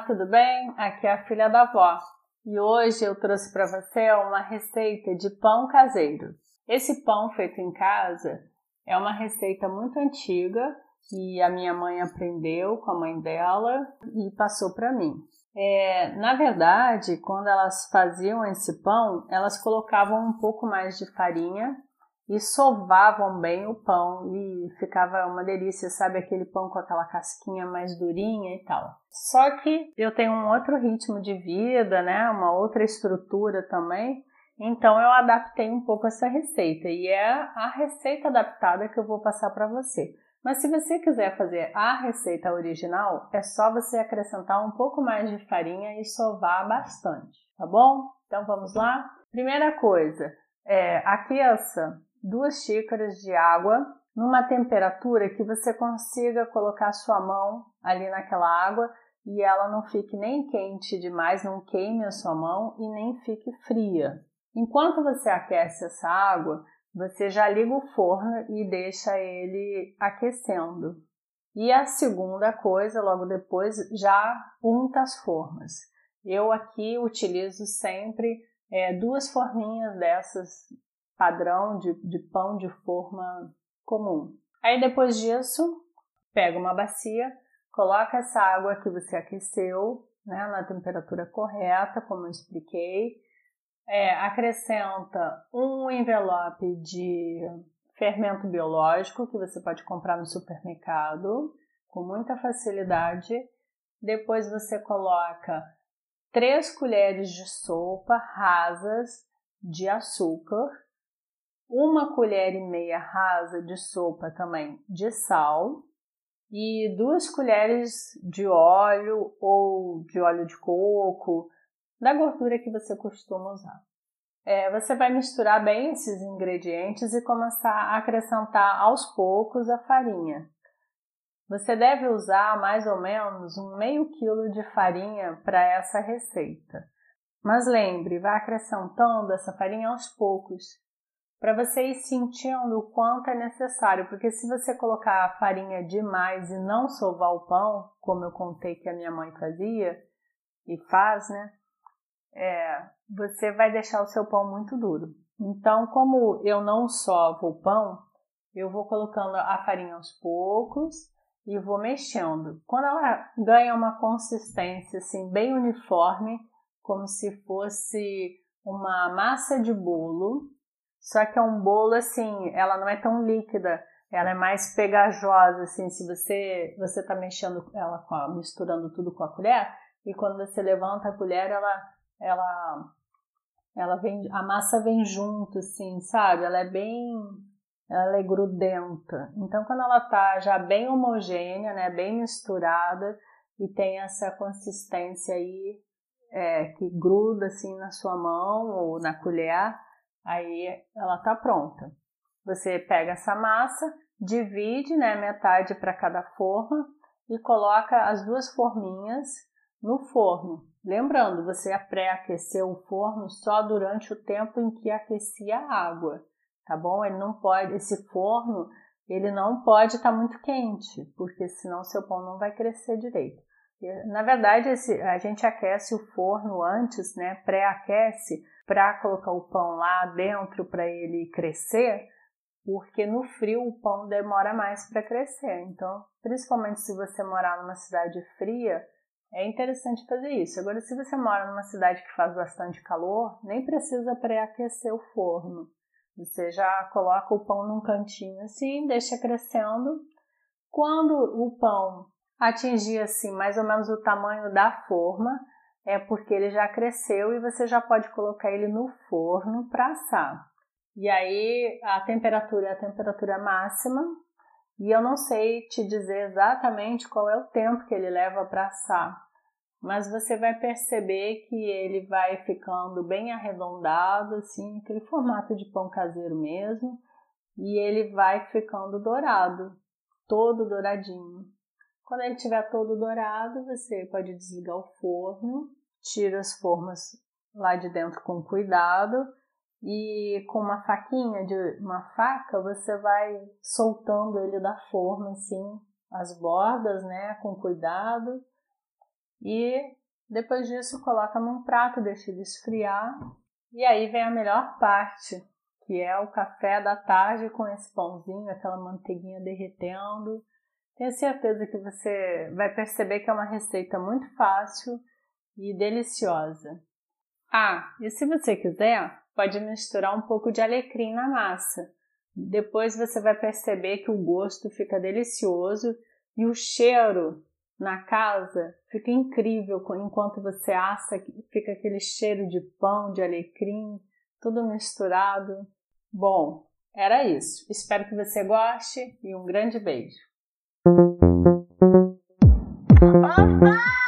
Olá, tudo bem? Aqui é a filha da avó e hoje eu trouxe para você uma receita de pão caseiro. Esse pão feito em casa é uma receita muito antiga que a minha mãe aprendeu com a mãe dela e passou para mim. Na verdade, quando elas faziam esse pão, elas colocavam um pouco mais de farinha e sovavam bem o pão e ficava uma delícia, sabe? Aquele pão com aquela casquinha mais durinha e tal. Só que eu tenho um outro ritmo de vida, né? Uma outra estrutura também. Então eu adaptei um pouco essa receita e é a receita adaptada que eu vou passar para você. Mas se você quiser fazer a receita original, é só você acrescentar um pouco mais de farinha e sovar bastante, tá bom? Então vamos lá? Primeira coisa, aqueça 2 xícaras de água numa temperatura que você consiga colocar sua mão ali naquela água e ela não fique nem quente demais, não queime a sua mão e nem fique fria. Enquanto você aquece essa água, você já liga o forno e deixa ele aquecendo. E a segunda coisa, logo depois, já unta as formas. Eu aqui utilizo sempre 2 forminhas dessas padrão de pão de forma comum. Aí depois disso, pega uma bacia, coloca essa água que você aqueceu, né, na temperatura correta, como eu expliquei. Acrescenta um envelope de fermento biológico que você pode comprar no supermercado com muita facilidade. Depois você coloca 3 colheres de sopa rasas de açúcar, 1,5 colher rasa de sopa também de sal e 2 colheres de óleo ou de óleo de coco, da gordura que você costuma usar. Você vai misturar bem esses ingredientes e começar a acrescentar aos poucos a farinha. Você deve usar mais ou menos 1/2 quilo de farinha para essa receita. Mas lembre, vai acrescentando essa farinha aos poucos, para você ir sentindo o quanto é necessário, porque se você colocar a farinha demais e não sovar o pão, como eu contei que a minha mãe fazia e faz, né? Você vai deixar o seu pão muito duro. Então, como eu não sovo o pão, eu vou colocando a farinha aos poucos e vou mexendo. Quando ela ganha uma consistência assim bem uniforme, como se fosse uma massa de bolo, só que é um bolo assim, ela não é tão líquida, ela é mais pegajosa, assim, se você tá mexendo ela, misturando tudo com a colher, e quando você levanta a colher, ela vem, a massa vem junto, assim, sabe? Ela é grudenta. Então, quando ela tá já bem homogênea, né, bem misturada e tem essa consistência aí que gruda assim na sua mão ou na colher, aí ela tá pronta. Você pega essa massa, divide, né, metade para cada forma e coloca as 2 forminhas no forno. Lembrando, você pré-aqueceu o forno só durante o tempo em que aquecia a água, tá bom? Esse forno, ele não pode estar muito quente, porque senão seu pão não vai crescer direito. Na verdade, a gente aquece o forno antes, né? Pré-aquece para colocar o pão lá dentro para ele crescer, porque no frio o pão demora mais para crescer. Então, principalmente se você morar numa cidade fria, é interessante fazer isso. Agora, se você mora numa cidade que faz bastante calor, nem precisa pré-aquecer o forno. Você já coloca o pão num cantinho assim, deixa crescendo. Quando o pão atingir assim mais ou menos o tamanho da forma, é porque ele já cresceu e você já pode colocar ele no forno para assar. E aí a temperatura é a temperatura máxima e eu não sei te dizer exatamente qual é o tempo que ele leva para assar, mas você vai perceber que ele vai ficando bem arredondado, assim, aquele formato de pão caseiro mesmo, e ele vai ficando dourado, todo douradinho. Quando ele estiver todo dourado, você pode desligar o forno, tira as formas lá de dentro com cuidado e com uma faca, você vai soltando ele da forma, assim, as bordas, né, com cuidado. E depois disso coloca num prato, deixa ele esfriar. E aí vem a melhor parte, que é o café da tarde com esse pãozinho, aquela manteiguinha derretendo. Tenho certeza que você vai perceber que é uma receita muito fácil e deliciosa. E se você quiser, pode misturar um pouco de alecrim na massa. Depois você vai perceber que o gosto fica delicioso e o cheiro na casa fica incrível. Enquanto você assa, fica aquele cheiro de pão, de alecrim, tudo misturado. Bom, era isso. Espero que você goste e um grande beijo.